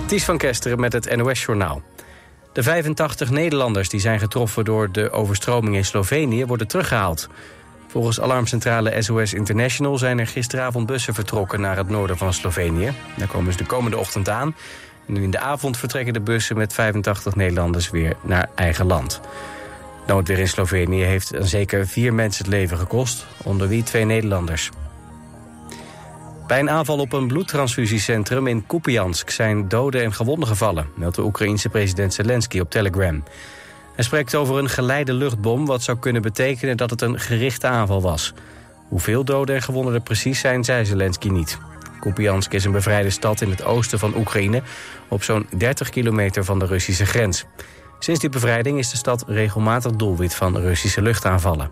Ties van Kesteren met het NOS-journaal. De 85 Nederlanders die zijn getroffen door de overstroming in Slovenië worden teruggehaald. Volgens alarmcentrale SOS International zijn er gisteravond bussen vertrokken naar het noorden van Slovenië. Daar komen ze de komende ochtend aan. En in de avond vertrekken de bussen met 85 Nederlanders weer naar eigen land. Noodweer in Slovenië heeft zeker 4 mensen het leven gekost, onder wie 2 Nederlanders. Bij een aanval op een bloedtransfusiecentrum in Kupiansk zijn doden en gewonden gevallen, meldt de Oekraïense president Zelensky op Telegram. Hij spreekt over een geleide luchtbom, wat zou kunnen betekenen dat het een gerichte aanval was. Hoeveel doden en gewonden er precies zijn, zei Zelensky niet. Kupiansk is een bevrijde stad in het oosten van Oekraïne, op zo'n 30 kilometer van de Russische grens. Sinds die bevrijding is de stad regelmatig doelwit van Russische luchtaanvallen.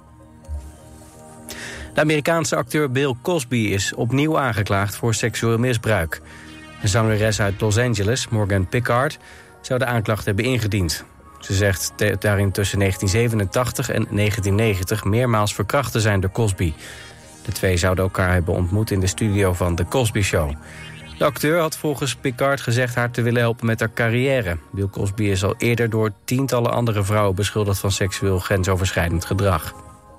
De Amerikaanse acteur Bill Cosby is opnieuw aangeklaagd voor seksueel misbruik. Een zangeres uit Los Angeles, Morgan Pickard, zou de aanklacht hebben ingediend. Ze zegt daarin tussen 1987 en 1990 meermaals verkracht te zijn door Cosby. De twee zouden elkaar hebben ontmoet in de studio van The Cosby Show. De acteur had volgens Pickard gezegd haar te willen helpen met haar carrière. Bill Cosby is al eerder door tientallen andere vrouwen beschuldigd van seksueel grensoverschrijdend gedrag.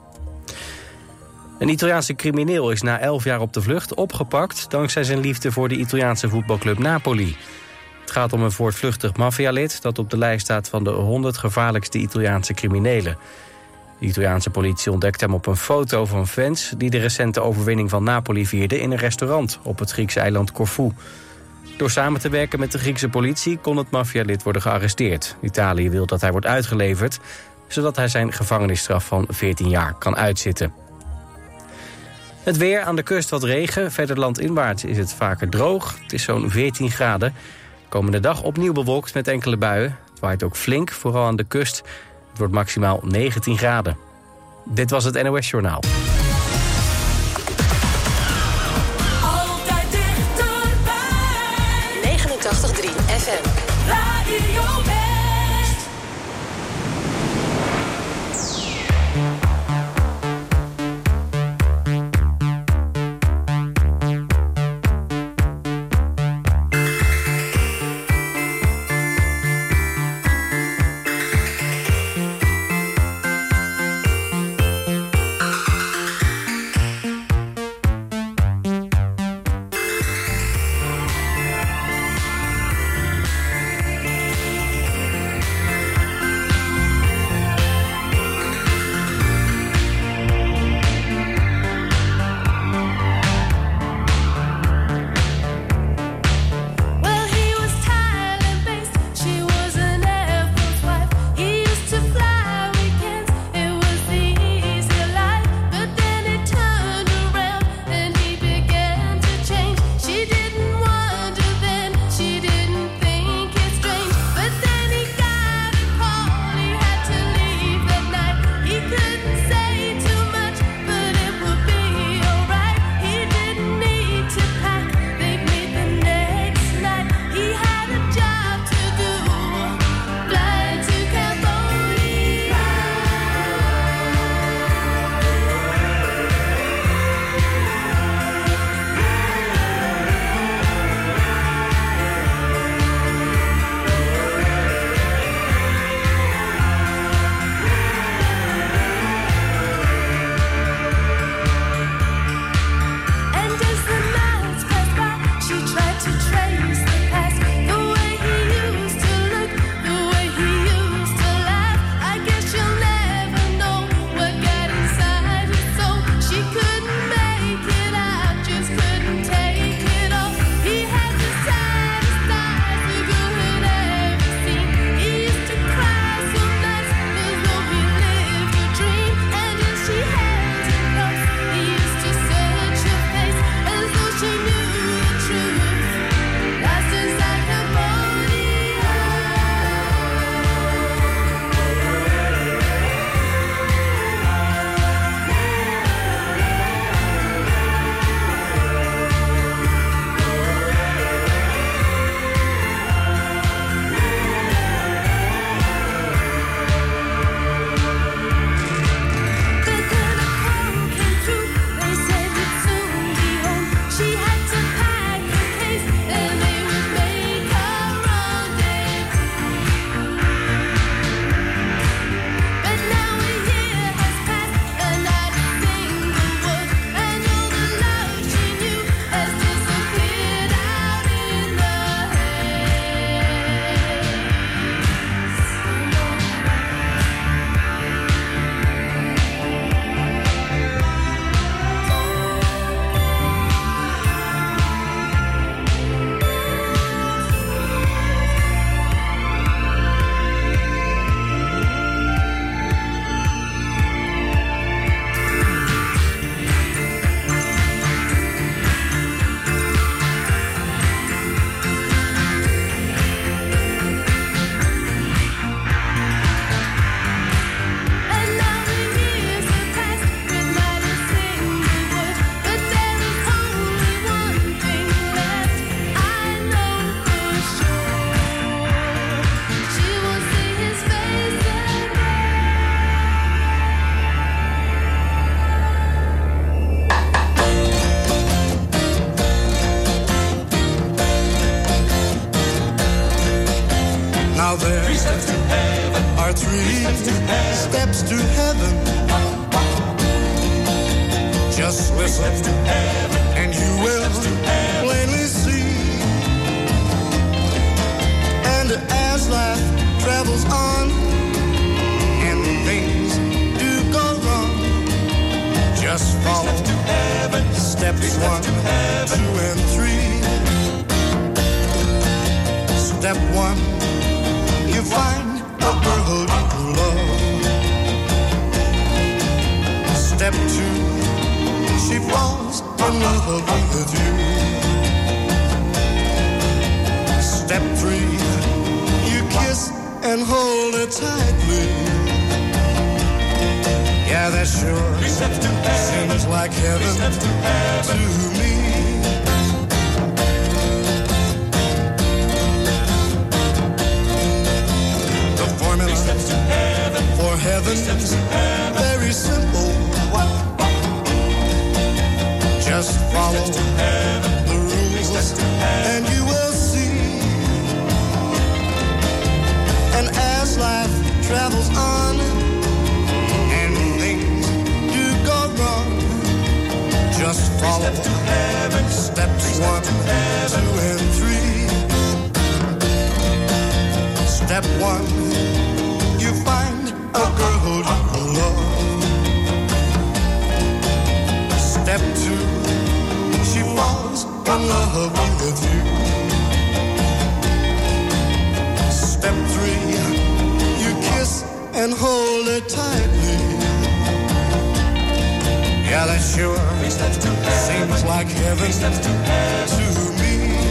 Een Italiaanse crimineel is na 11 jaar op de vlucht opgepakt dankzij zijn liefde voor de Italiaanse voetbalclub Napoli. Het gaat om een voortvluchtig maffialid dat op de lijst staat van de 100 gevaarlijkste Italiaanse criminelen. De Italiaanse politie ontdekt hem op een foto van fans die de recente overwinning van Napoli vierden in een restaurant op het Griekse eiland Corfu. Door samen te werken met de Griekse politie kon het maffialid worden gearresteerd. Italië wil dat hij wordt uitgeleverd, zodat hij zijn gevangenisstraf van 14 jaar kan uitzitten. Het weer, aan de kust wat regen, verder landinwaarts is het vaker droog. Het is zo'n 14 graden. Komende dag opnieuw bewolkt met enkele buien. Het waait ook flink, vooral aan de kust. Het wordt maximaal 19 graden. Dit was het NOS Journaal. Altijd dichterbij. 89.3 FM. Radio West. Now there are 3 steps to heaven. Just listen and you will plainly see. And as life travels on and things do go wrong, just follow steps 1, 2, and 3. Step 1, you find a girl you love. Step 2, she falls in love with you. Step 3, you kiss and hold her tightly. Yeah, that sure seems like heaven to me. The formula for heaven very simple. Just follow the rules and you will see. And as life travels on and things do go wrong, just follow steps 1, 2, and 3. Step 1, you find a girl you love. Step 2, she falls in love with you. Step 3, you kiss and hold her tightly. Yeah, that sure seems like heaven to me.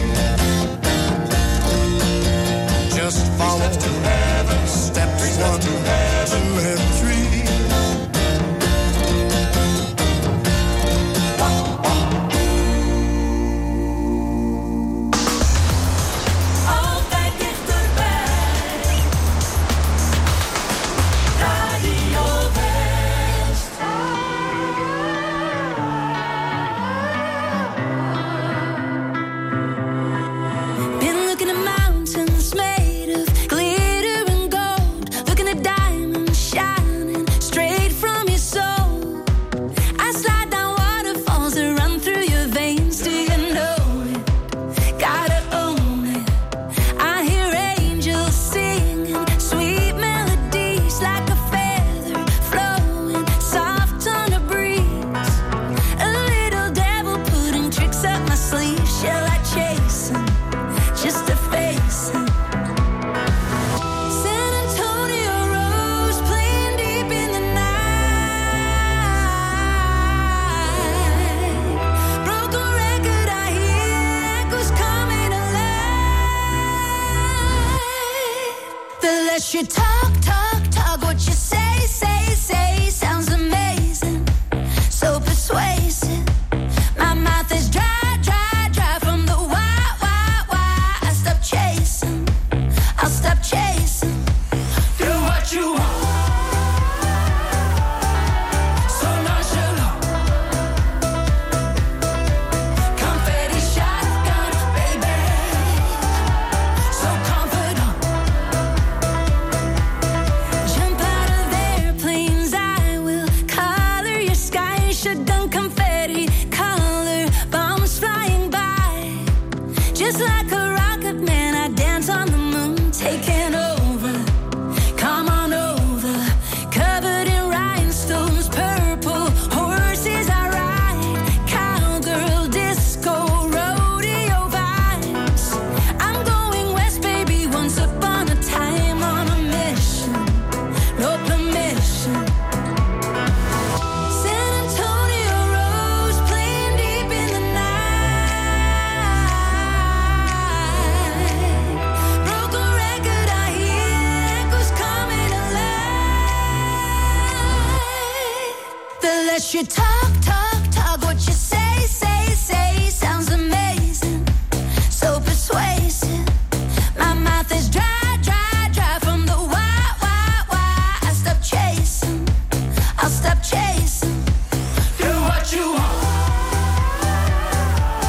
Just follow steps 1, 2, and 3.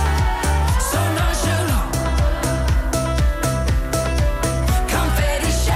Confetti shot.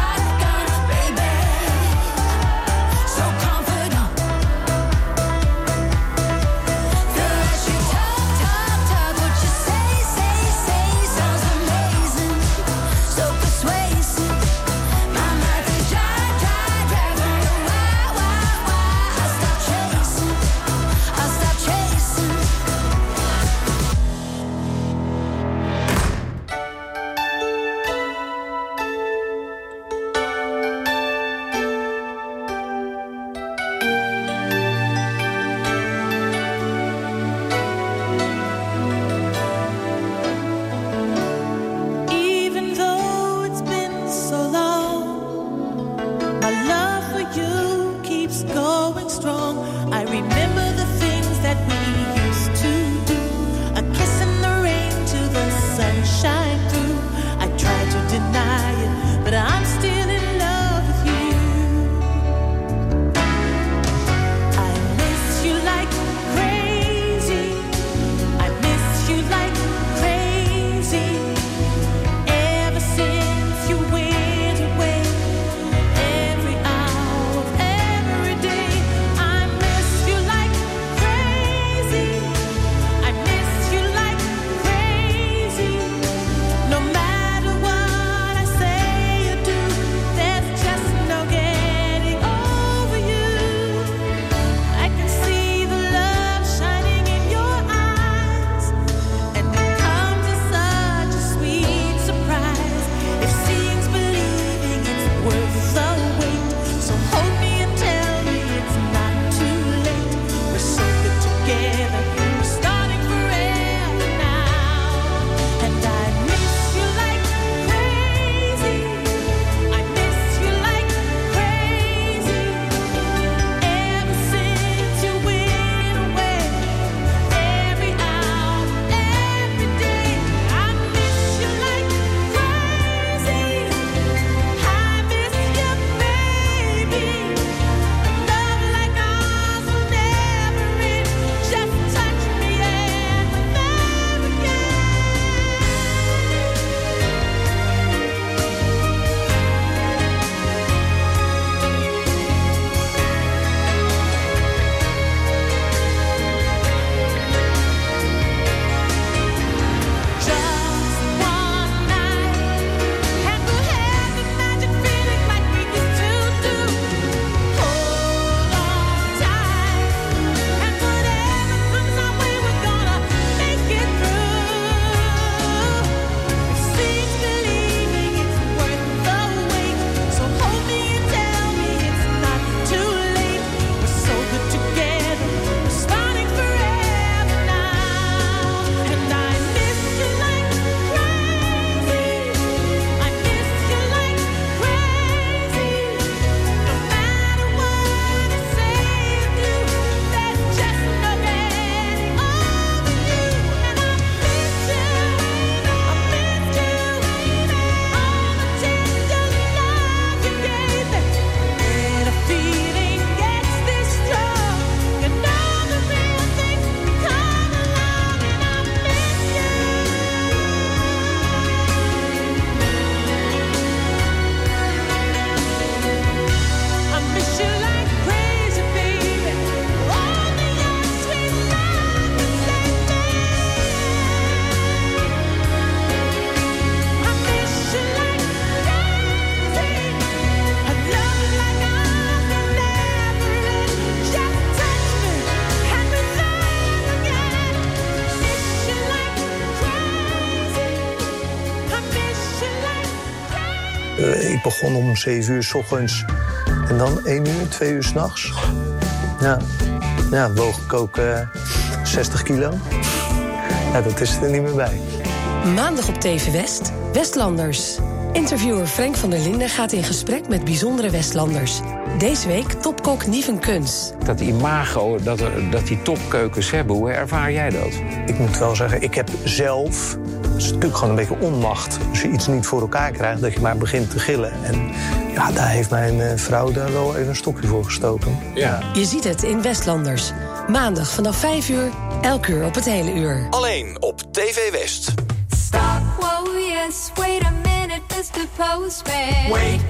Ik begon om 7 uur 's ochtends en dan 1 uur, 2 uur 's nachts. Ja, woog ik ook 60 kilo. Ja, dat is er niet meer bij. Maandag op TV West, Westlanders. Interviewer Frank van der Linden gaat in gesprek met bijzondere Westlanders. Deze week topkok Niven Kunz. Dat imago, dat die topkeukens hebben, hoe ervaar jij dat? Ik moet wel zeggen, ik heb zelf... Het is natuurlijk gewoon een beetje onmacht. Als je iets niet voor elkaar krijgt, dat je maar begint te gillen. En ja, daar heeft mijn vrouw daar wel even een stokje voor gestoken. Ja. Je ziet het in Westlanders. Maandag vanaf 5 uur, elk uur op het hele uur. Alleen op TV West. Stop, whoa, yes, wait a minute, Mr. Postman. Wait,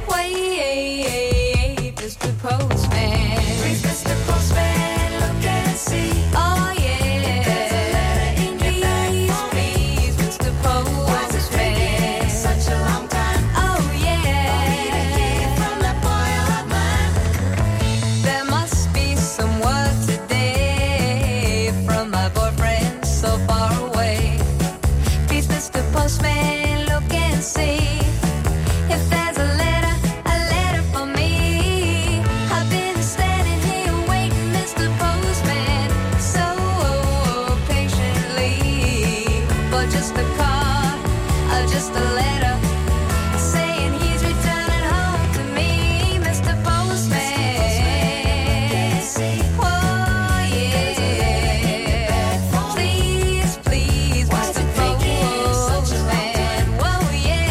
Mr. Postman. Please, Mr. Postman, look and see. Oh, yeah. There's a letter in your bag for me. Please, Mr. Postman. Why's it taking such a long time? Oh, yeah. For me to hear from that boy of mine. There must be some word today from my boyfriend so far away. Please, Mr. Postman, look and see if there's a letter for me. I've been standing here waiting, Mr. Postman, so patiently. For just a card, just a letter, saying he's returning home to me, Mr. Postman. Oh, yeah. Please, Mr. Postman. Whoa,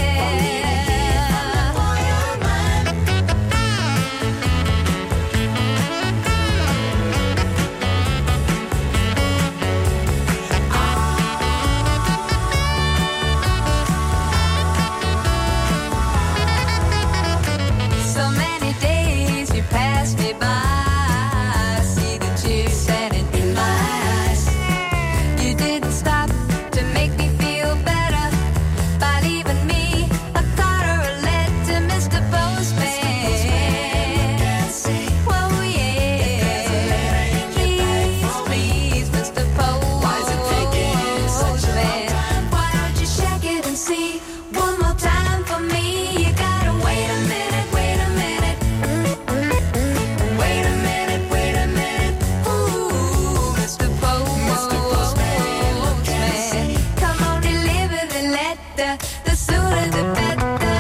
so many days you pass me by. I see the tears standing in my eyes. You didn't stop to make me feel better by leaving me a card or a letter, Mr. Postman. Whoa, yeah. Please, Mr. Postman. Why is it taking such a long time? Why don't you check it and see one more time for me? You gotta wait a minute, wait a minute. Wait a minute, wait a minute. Ooh, Mr. Postman. Come on, deliver the letter. The sooner the better.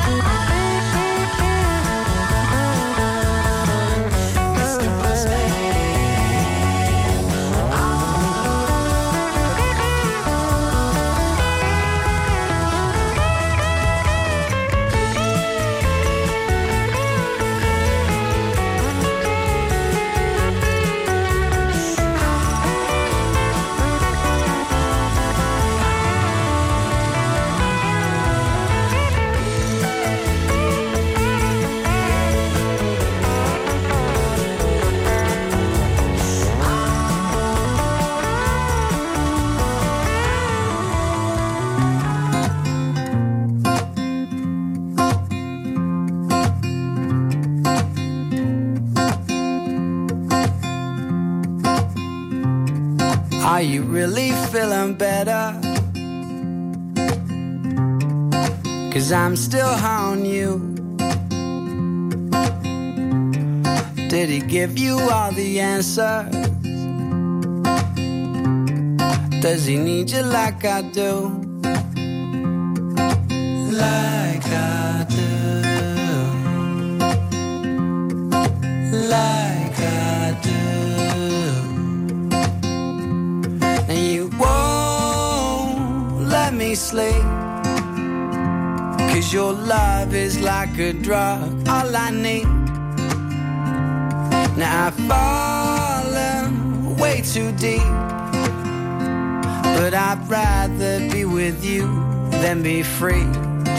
Mr. Postman. Are you really feeling better? 'Cause I'm still on you. Did he give you all the answers? Does he need you like I do? Like I do. Like I do. And you won't let me sleep, 'cause your love is like a drug, all I need. Now I've fallen way too deep, but I'd rather be with you than be free.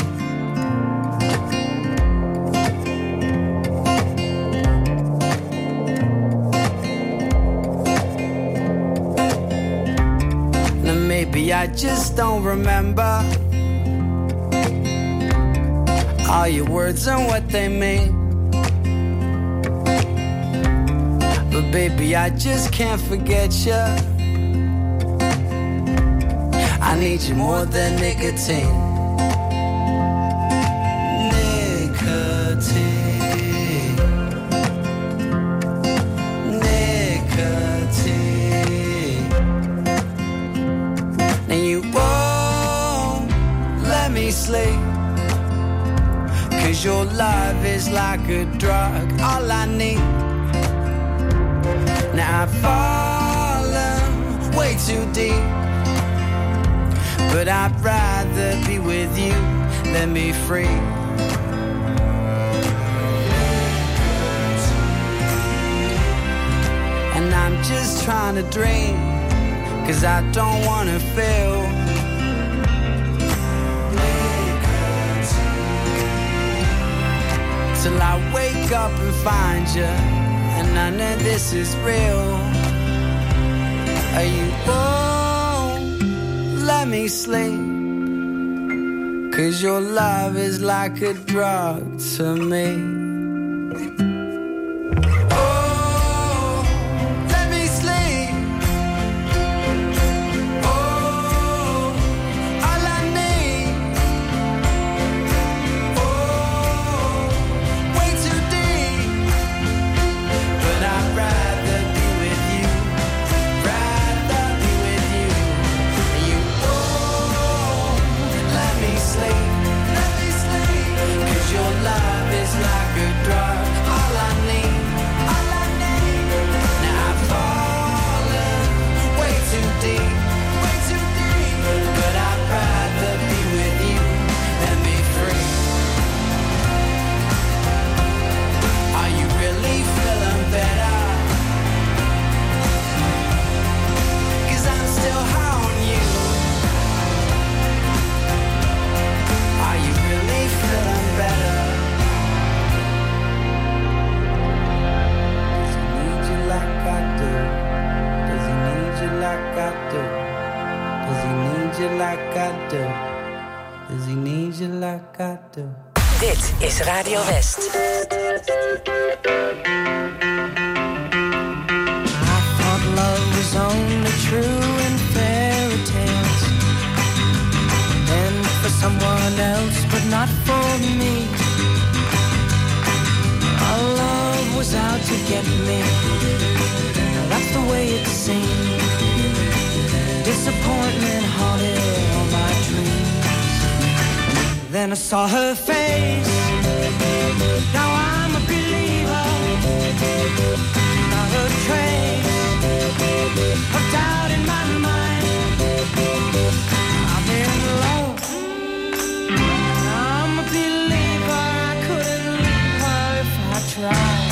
Now maybe I just don't remember all your words and what they mean. But baby, I just can't forget you. I need you more than nicotine. Nicotine. 'Cause your love is like a drug, all I need. Now I've fallen way too deep, but I'd rather be with you than be free. And I'm just trying to dream, 'cause I don't wanna feel. Till I wake up and find you, and none of this is real. You won't let me sleep, 'cause your love is like a drug to me. Dit is Radio West. I thought love was only true in fairy tales, and for someone else, but not for me. Our love was out to get me. That's the way it seemed. Disappointment haunted all my dreams. Then I saw her face. Now I'm a believer. Not a trace of doubt in my mind. I'm in love. I'm a believer. I couldn't leave her if I tried.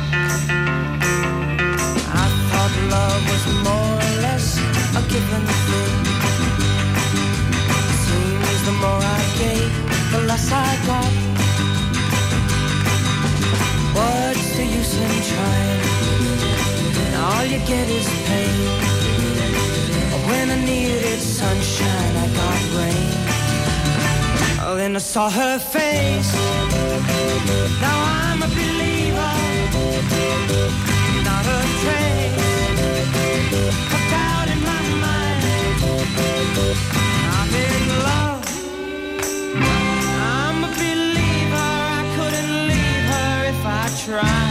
I thought love was more or less a given thing. Seems the more I gave, the less I got. What's the use in trying? All you get is pain. When I needed sunshine, I got rain. Oh, then I saw her face. Now I'm a believer. Not a trace of doubt in my mind. I'm in love. I'm a believer. I couldn't leave her if I tried.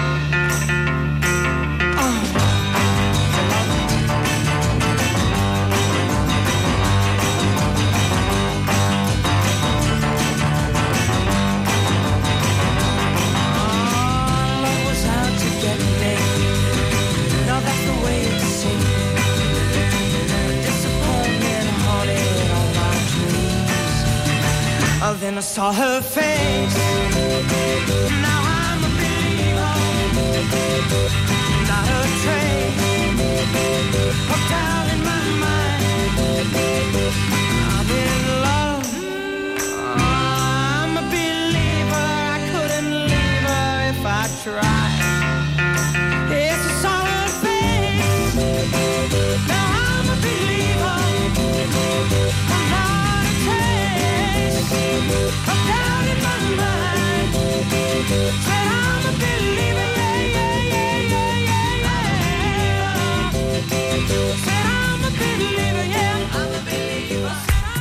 Oh, then I saw her face. Now I'm a believer. Not a trace of doubt in my mind. I'm in love. I'm a believer. I couldn't leave her if I tried. Yes, I saw her face. Now I'm a believer. I'm not a trace of doubt in my mind. Said I'm a believer, yeah, yeah, yeah, yeah, yeah, yeah. Said I'm a believer, yeah, I'm a believer.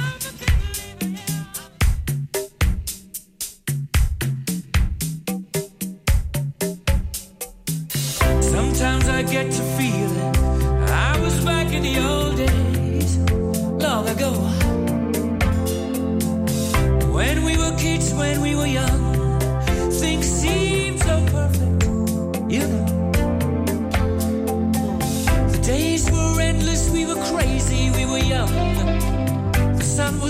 Sometimes I get to feeling I was back in the old days, long ago. When we were kids, when we were young,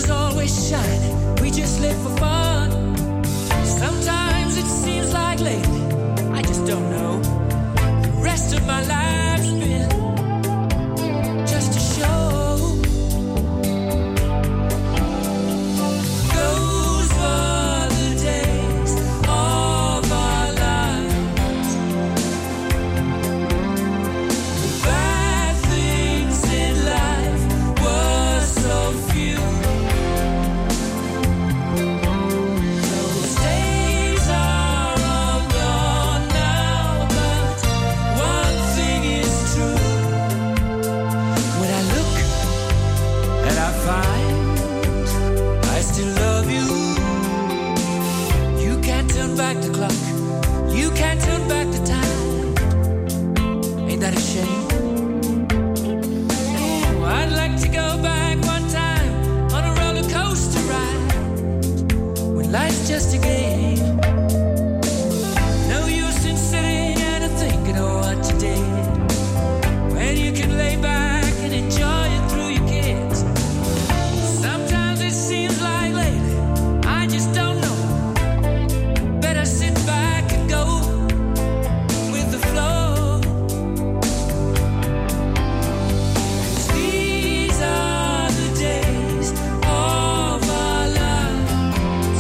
was always shining. We just lived for fun. Sometimes it seems like lately, I just don't know. The rest of my life's been just a show. Those were the days of our lives. The bad things in life were so few. Those days are all gone now, but one thing is true. When I look and I find I still love you. You can't turn back the clock. You can't turn back the time. Ain't that a shame? Oh, I'd like to go back one time on a roller coaster ride when life's just a game. No use in sitting and thinking of what you did when you can lay back and enjoy it through your kids. Sometimes it seems like lately, I just don't know. Better sit back and go with the flow. 'Cause these are the days of our lives.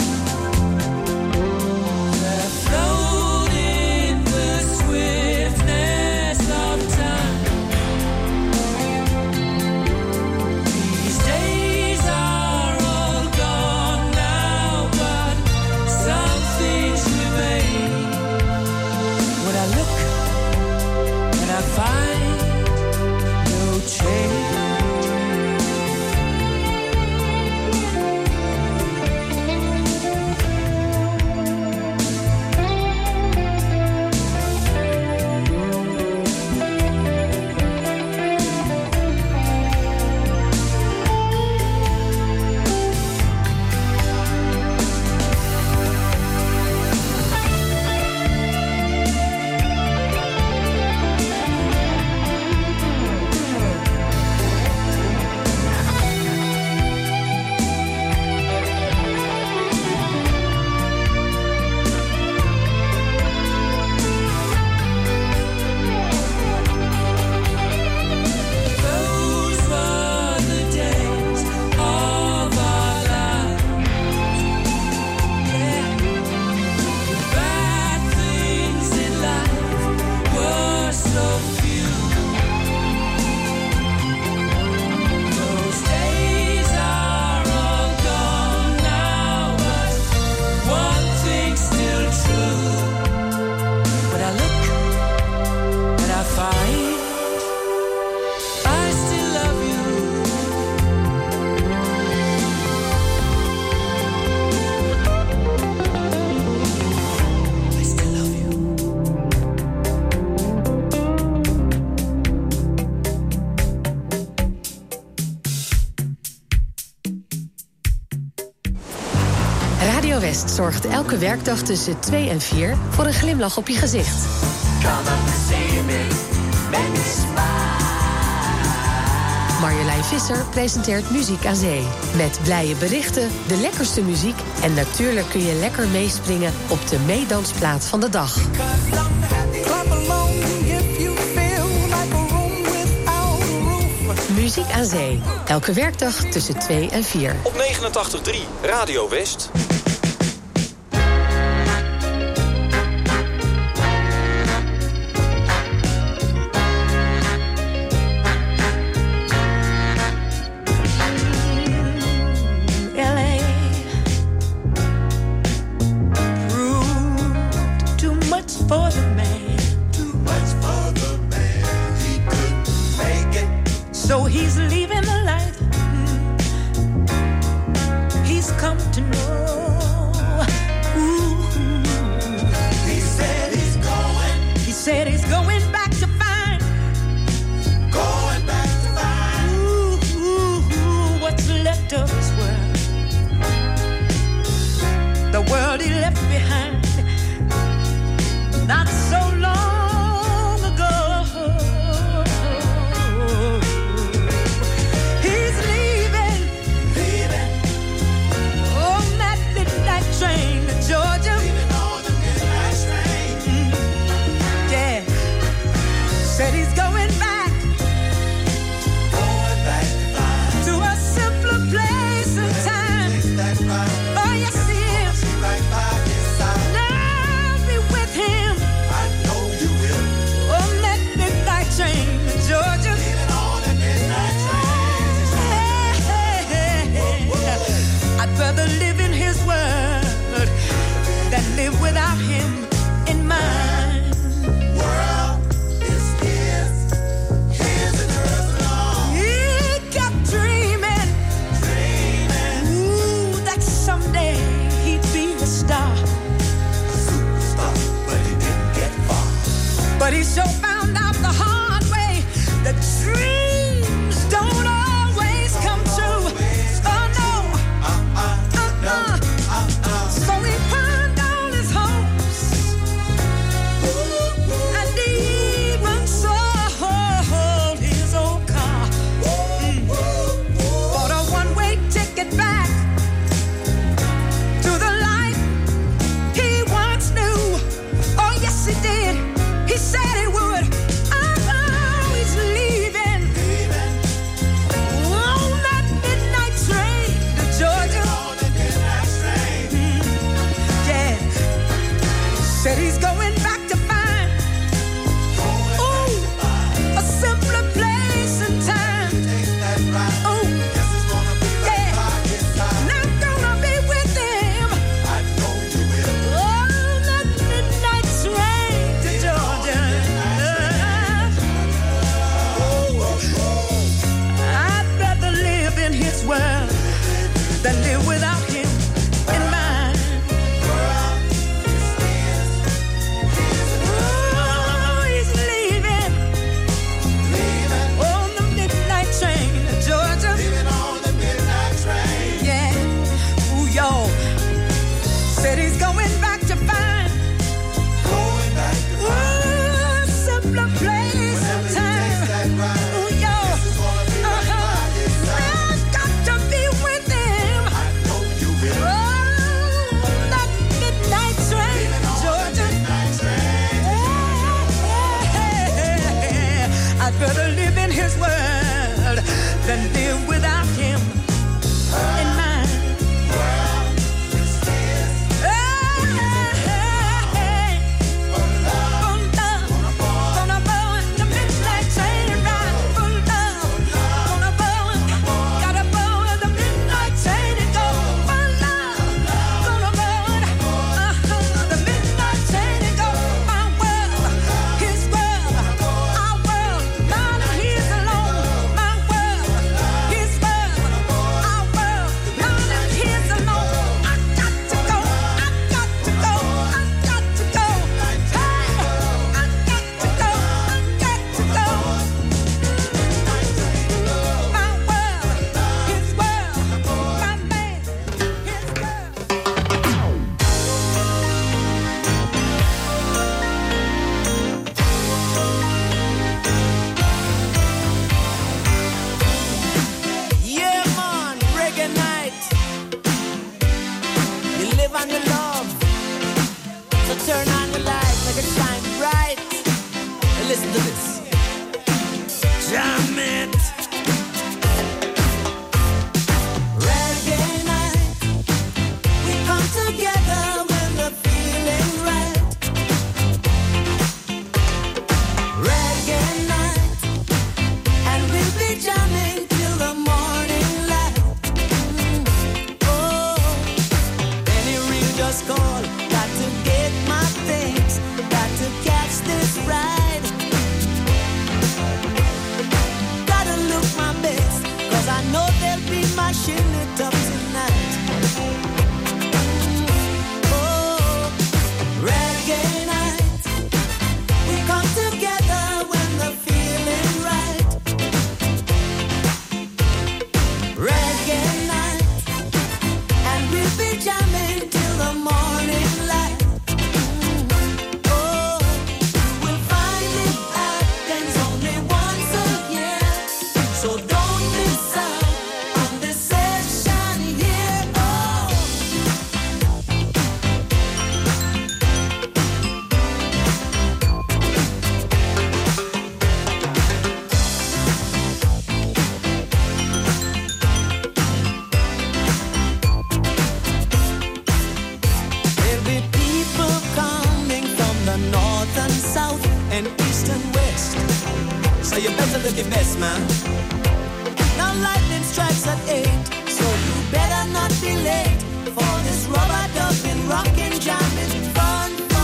That float in the swiftness of time. These days are all gone now, but some things remain. When I look and I find no change. Those were the days of our lives. Yeah. The bad things in life were so few. Those days are all gone now, but one thing's still true. When I look and I find I still love you. I still love you. Radio West zorgt elke werkdag tussen 2 en 4 voor een glimlach op je gezicht. Marjolein Visser presenteert Muziek aan Zee. Met blije berichten, de lekkerste muziek en natuurlijk kun je lekker meespringen op de meedansplaat van de dag. Muziek aan Zee. Elke werkdag tussen 2 en 4. Op 89.3 Radio West. LA proved too much for the man. Too much for the man, he couldn't make it. So he's leaving the light. He's come to know. Ooh. He said he's going, He said he's going back to find. going back to find. Ooh, what's left of his world. The world he left behind. Not so long ago. He's leaving. Leaving without him in mind. World is his and hers alone. He kept dreaming, ooh, that someday he'd be a star. A superstar, but he didn't get far. But he so found out the hard way that dreams don't always come true. Oh no, So he pawned all his hopes, and he even sold his old car. Bought a one-way ticket back to the life he once knew. Oh yes, he did. He said he would. Oh, he's leaving on that midnight train to Georgia. Yeah, said he's going back to find a simpler place and time. Oh, yeah, and I'm gonna be with him on that midnight train to Georgia. I'd rather live in his world than live without him in mine. Oh, he's leaving on the midnight train to Georgia. Yeah, ooh, y'all. Said he's going back to find a simpler place and time. Ooh, y'all. I've got to be with him. Oh, that midnight train to Georgia. I'd rather live in his world than live without him in mine. Gonna board the midnight train and ride for love. Gonna board, gotta board the midnight train and go for love. Gonna board the midnight train and go my world, his world, our world. None of his alone. My world, his world, our world. None of his alone. I got to go. I got to go. I got to go. Hey, I got to go. I got to go. My world, his world, my man, his world. Yeah, man, reggae night. You live on your love, so turn on the light, make it shine bright. And listen to this. Jam it. Reggae night, we come together when the feeling right. Reggae night, and we'll be jamming till the morning light. Oh, any real just call. Got to get my things, got to catch this ride. Gotta look my best, 'cause I know they'll be mashing it up tonight. Oh, reggae night, we come together when the feeling right. Reggae night, and we'll be jamming till the morning light. Oh, you will find it happens only once a year, so don't miss out on this session here. Oh. There'll be people coming from the north and south and east and west, so you better look your best, man. Now lightning strikes at 8, so you better not be late for this rubber dubbing, rockin', jamming, fun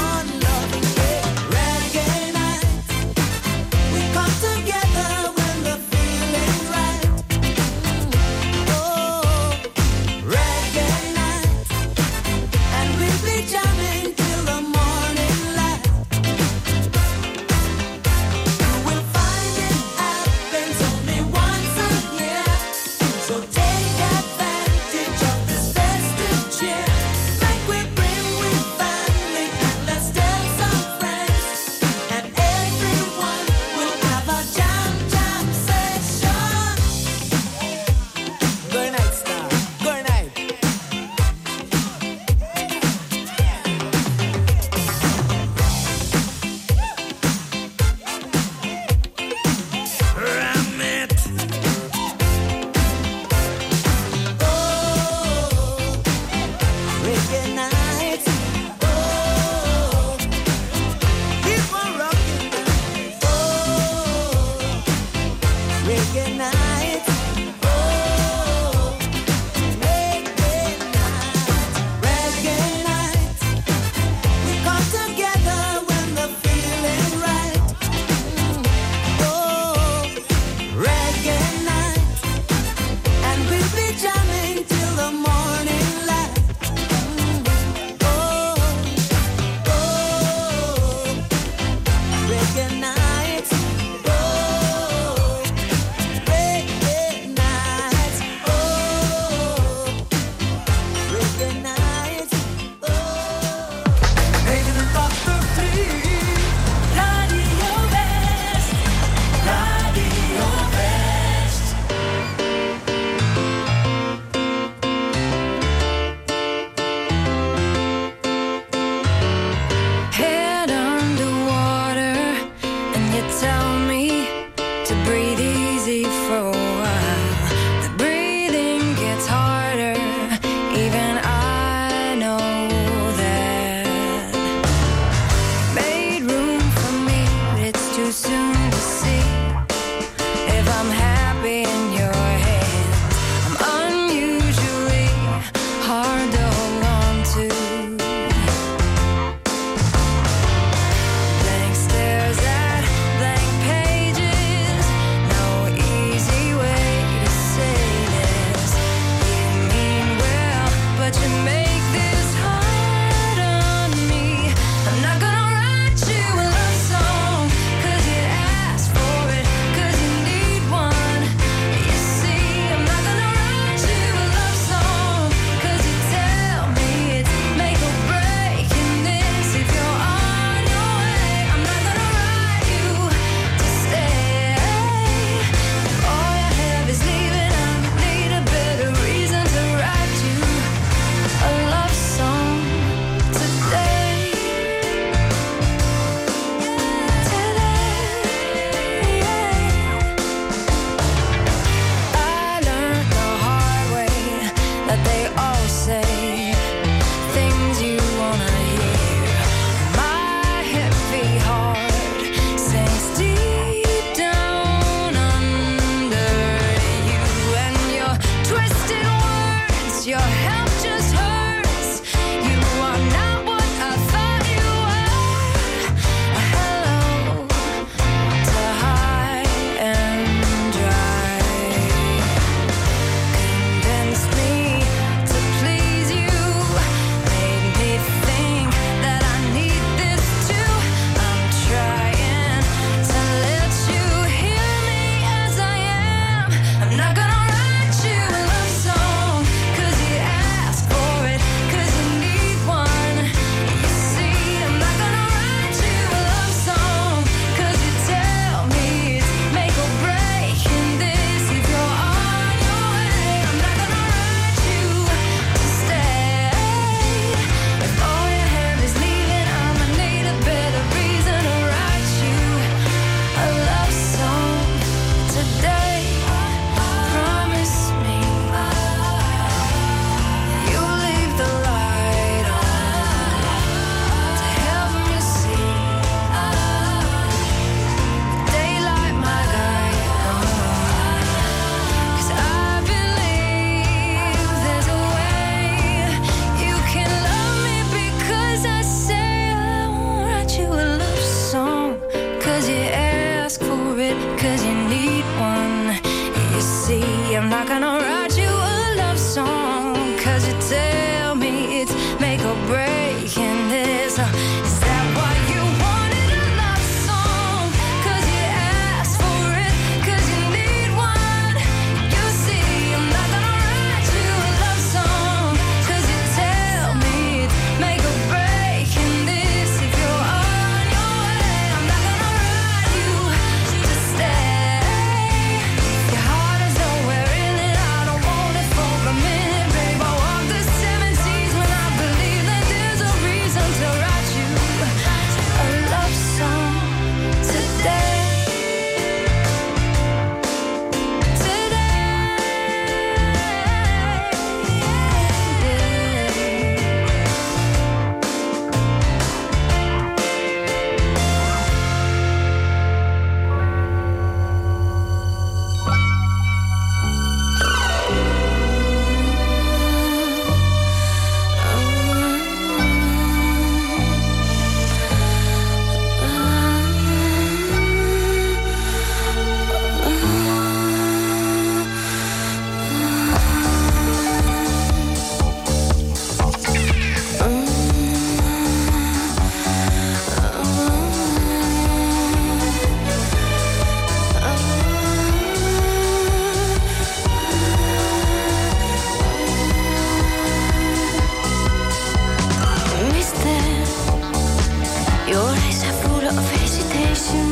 Your eyes are full of hesitation.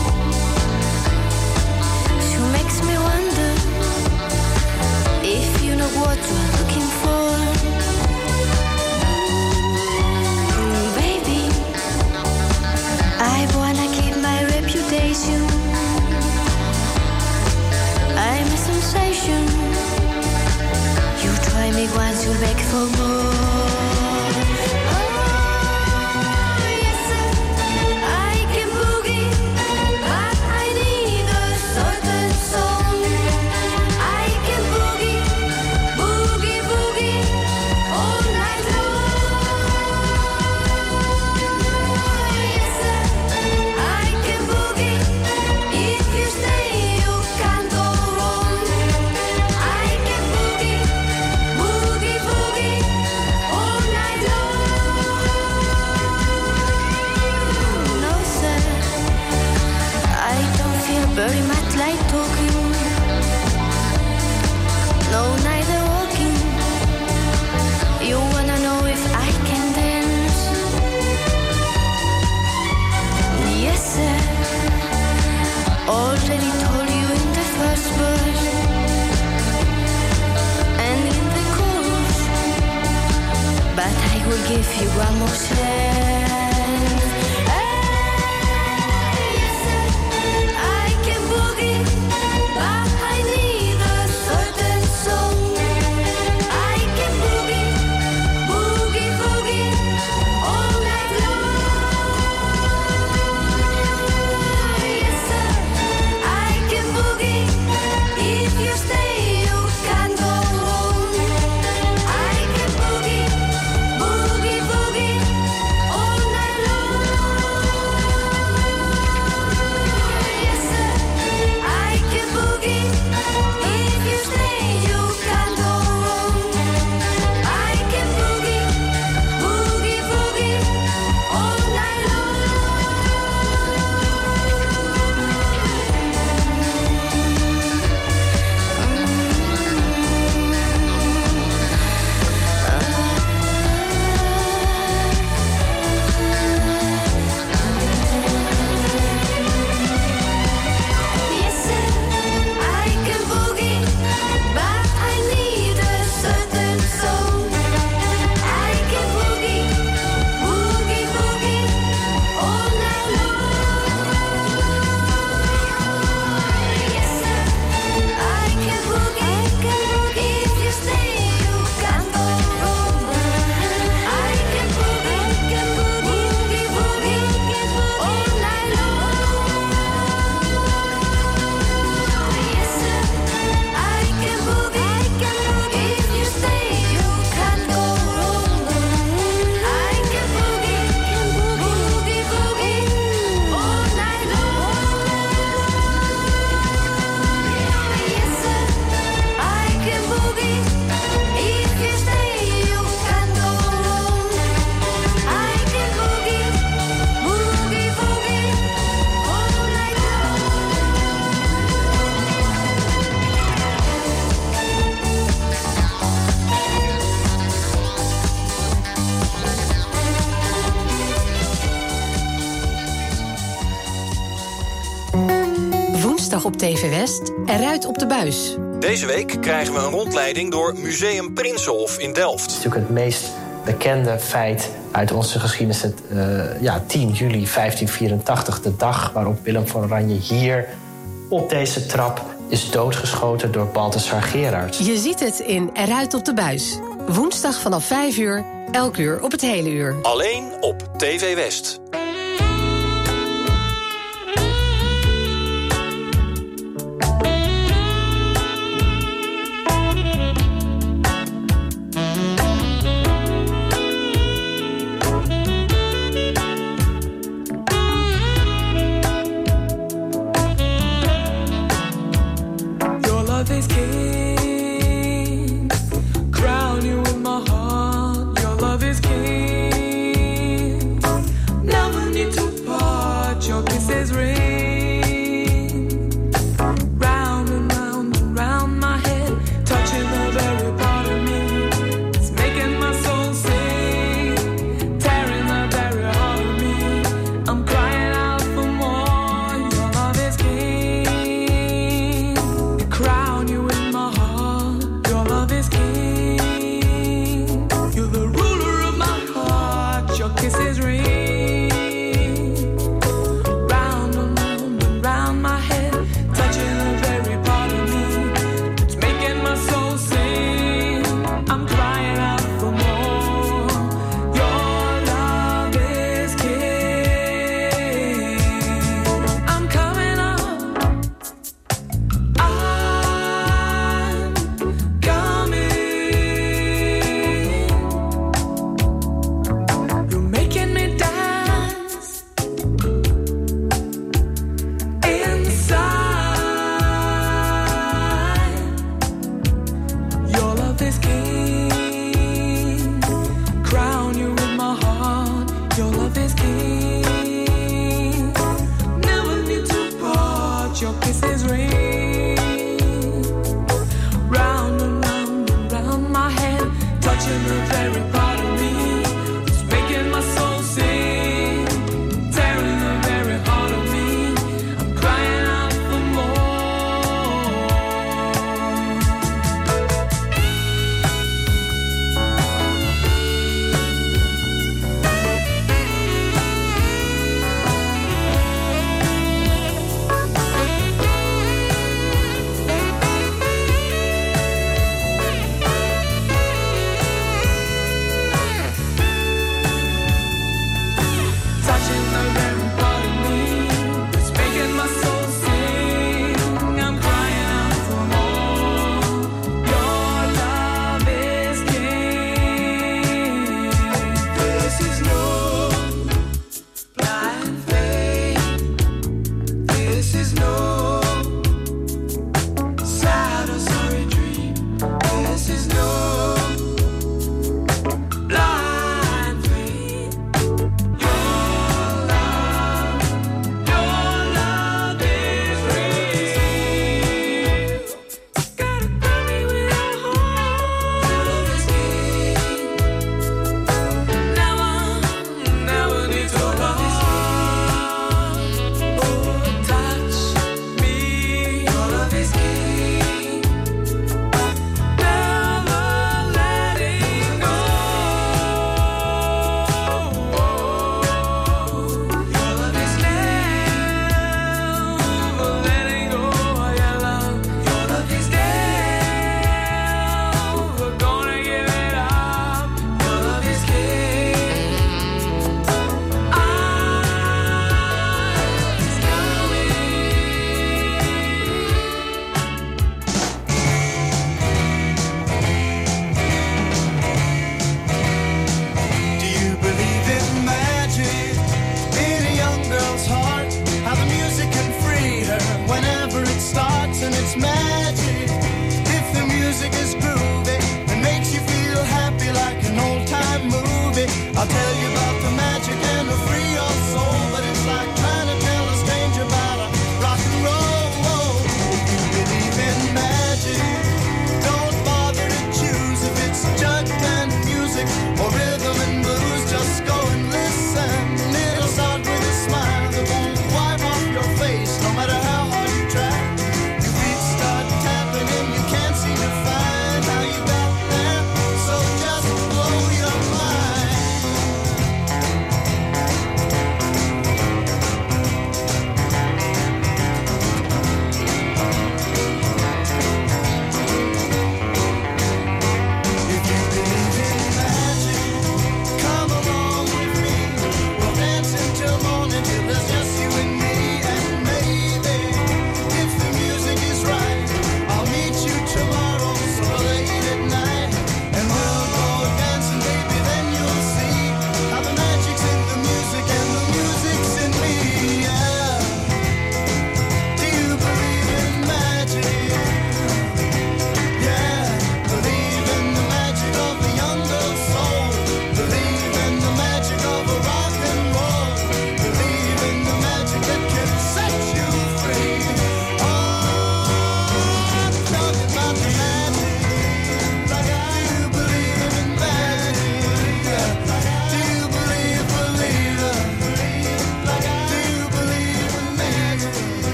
She makes me wonder if you know what you're looking for. Baby, I wanna keep my reputation. I'm a sensation. You try me once, you'll beg for more. Very much like talking. No, neither walking. You wanna know if I can dance? Yes, sir. Already told you in the first verse and in the chorus, but I will give you one more chance. Op TV West, eruit op de buis. Deze week krijgen we een rondleiding door Museum Prinsenhof in Delft. Het is natuurlijk het meest bekende feit uit onze geschiedenis. 10 juli 1584, de dag waarop Willem van Oranje hier op deze trap is doodgeschoten door Balthasar Gerards. Je ziet het in Eruit op de buis. Woensdag vanaf 5 uur, elk uur op het hele uur. Alleen op TV West. Crown you in my heart. Your love is king. No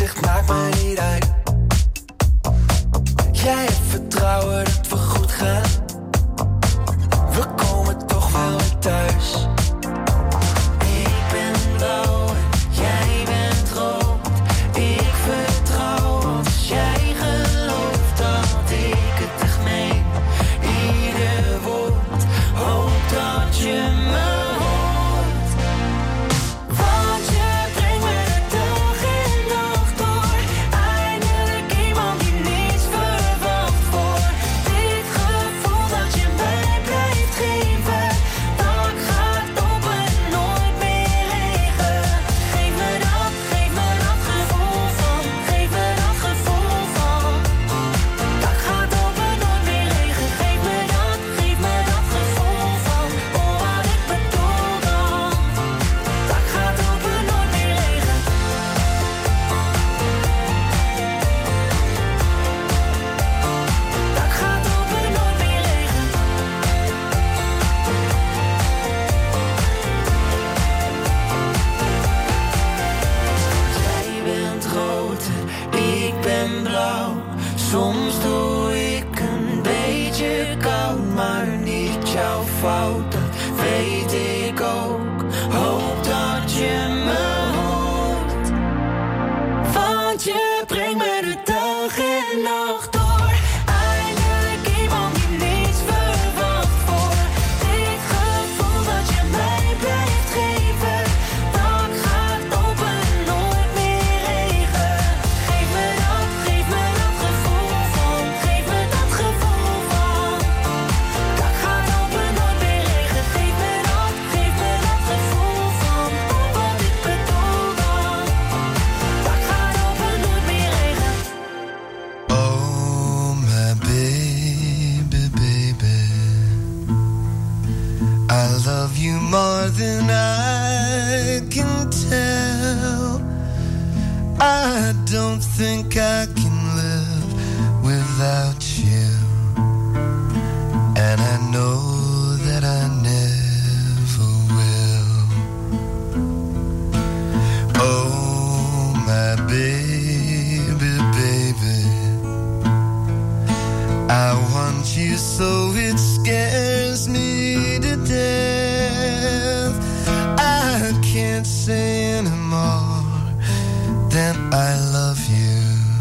zegt maakt me niet uit. Jij hebt vertrouwen dat we goed gaan. We komen toch wel weer thuis. Ik ben blauw en jij bent rood. Ik vertrouw als jij gelooft dat ik het echt meen. Ieder woord, hoop dat je me hoort. Want je brengt me de dag en nacht door. Eindelijk iemand die niets verwacht voor. Dit gevoel dat je mij blijft geven. Dak gaat open en nooit meer regen. Geef me dat gevoel van. Geef me dat gevoel van. Dak gaat open, nooit meer regen. Geef me dat gevoel van. Oh, wat ik bedoel dan. Dak gaat open, nooit meer regen. Dak gaat open, nooit meer regen. Jij bent rood en ik ben blauw. Soms doe ik een beetje koud, maar niet jouw fout, dat weet ik ook. Hoop dat je me hoort. Want je brengt me de dag en nacht door. Eindelijk iemand die niets verwacht voor. Dit gevoel dat je mij blijft geven. Dak gaat open, nooit meer regen. Geef me dat gevoel van. Geef me dat gevoel van. Dak gaat open, nooit meer regen. Geef me dat gevoel van. Oh, wat ik bedoel dan. Dak gaat open, nooit meer regen. Oh, my baby, baby, I love you more than I can tell. I don't think I can live without you, and I know that I never will. Oh, my baby, baby, I want you so it scares me to death. I can't say anymore than I love you.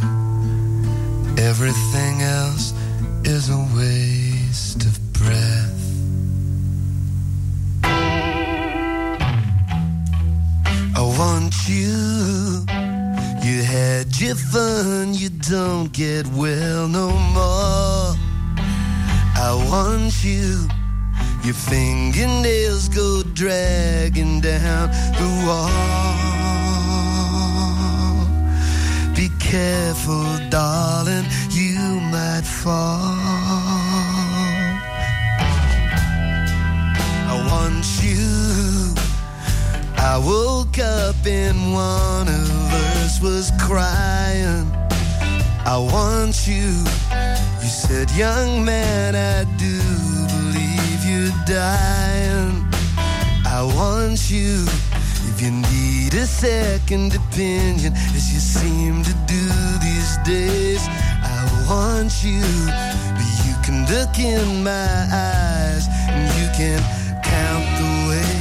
Everything else is a waste of breath. I want you. You had your fun, you don't get well no more. I want you. Your fingernails go dragging down the wall. Be careful, darling, you might fall. I want you. I woke up and one of us was crying. I want you. You said, young man, I do believe you're dying. I want you. If you need a second opinion, as you seem to do these days, I want you. You can look in my eyes and you can count the ways.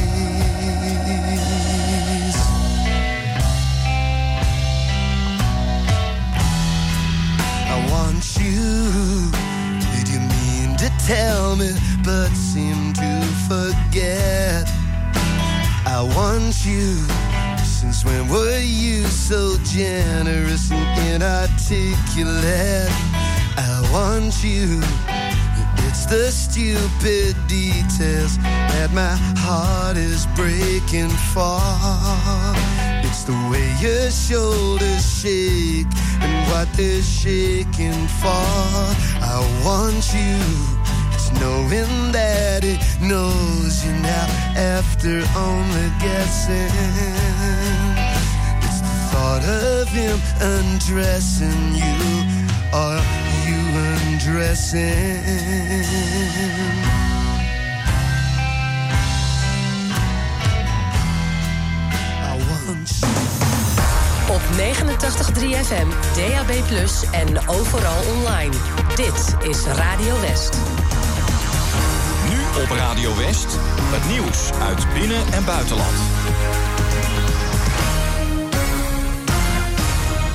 I want you. Did you mean to tell me but seem to forget? I want you. Since when were you so generous and inarticulate? I want you. It's the stupid details that my heart is breaking for. It's the way your shoulders shake and what they're shaking for. I want you. It's knowing that it knows you now after only guessing. It's the thought of him undressing you or you undressing. Op 89.3 FM, DAB+ en overal online. Dit is Radio West. Nu op Radio West, het nieuws uit binnen- en buitenland.